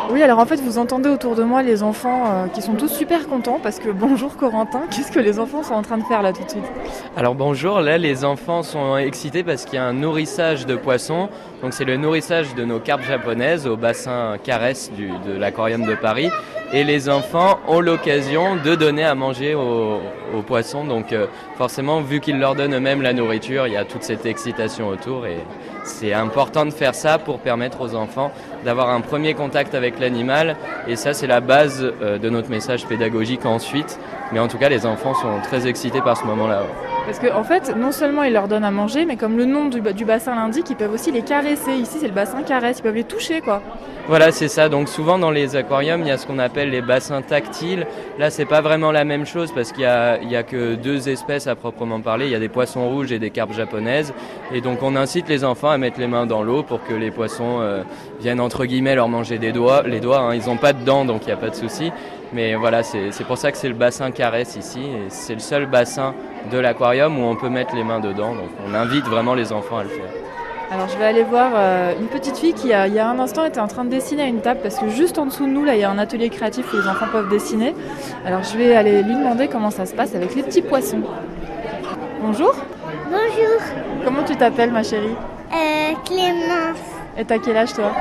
Oui, alors en fait, vous entendez autour de moi les enfants qui sont tous super contents parce que bonjour Corentin, qu'est-ce que les enfants sont en train de faire là tout de suite? Alors bonjour, là les enfants sont excités parce qu'il y a un nourrissage de poissons. Donc c'est le nourrissage de nos carpes japonaises au bassin Caresse de l'aquarium de Paris. Et les enfants ont l'occasion de donner à manger aux poissons. Donc forcément, vu qu'ils leur donnent eux-mêmes la nourriture, il y a toute cette excitation autour. Et c'est important de faire ça pour permettre aux enfants d'avoir un premier contact avec l'animal. Et ça, c'est la base de notre message pédagogique ensuite. Mais en tout cas, les enfants sont très excités par ce moment-là. Parce qu'en fait, non seulement ils leur donnent à manger, mais comme le nom du bassin l'indique, ils peuvent aussi les caresser. Ici, c'est le bassin Caresse, ils peuvent les toucher, quoi. Voilà, c'est ça. Donc souvent dans les aquariums, il y a ce qu'on appelle les bassins tactiles. Là, c'est pas vraiment la même chose parce qu'il y a que deux espèces à proprement parler. Il y a des poissons rouges et des carpes japonaises. Et donc on incite les enfants à mettre les mains dans l'eau pour que les poissons viennent entre guillemets leur manger les doigts. Hein. Ils n'ont pas de dents, donc il n'y a pas de souci. Mais voilà, c'est pour ça que c'est le bassin Caresse ici. Et c'est le seul bassin de l'aquarium où on peut mettre les mains dedans. Donc on invite vraiment les enfants à le faire. Alors je vais aller voir une petite fille qui il y a un instant était en train de dessiner à une table parce que juste en dessous de nous là il y a un atelier créatif où les enfants peuvent dessiner. Alors je vais aller lui demander comment ça se passe avec les petits poissons. Bonjour. Bonjour. Comment tu t'appelles ma chérie? Clémence. Et t'as quel âge toi?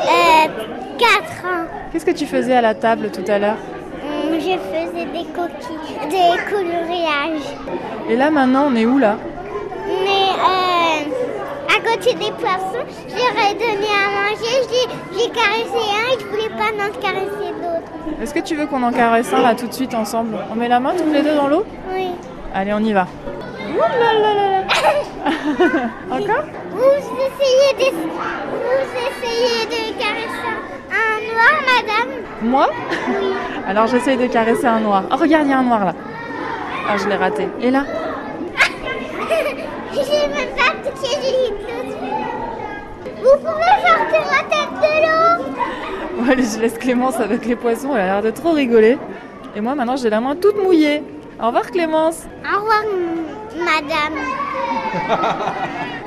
4 ans. Qu'est-ce que tu faisais à la table tout à l'heure? Je faisais des coquilles, des coloriages. Et là maintenant on est où là? Mais à côté des poissons, je leur ai donné à manger, j'ai caressé un et je voulais pas en caresser d'autres. Est-ce que tu veux qu'on en caresse un là tout de suite ensemble? On met la main tous les deux dans l'eau? Oui. Allez, on y va. Ouh là là là là. Encore? Vous essayez de caresser un noir, madame? Moi? Oui. Alors j'essaye de caresser un noir. Oh regarde, il y a un noir là. Ah, je l'ai raté. Et là? J'ai même pas touché, j'ai tout. Vous pouvez sortir la tête de l'eau? Bon, allez, je laisse Clémence avec les poissons, elle a l'air de trop rigoler. Et moi maintenant j'ai la main toute mouillée. Au revoir Clémence. Au revoir, madame.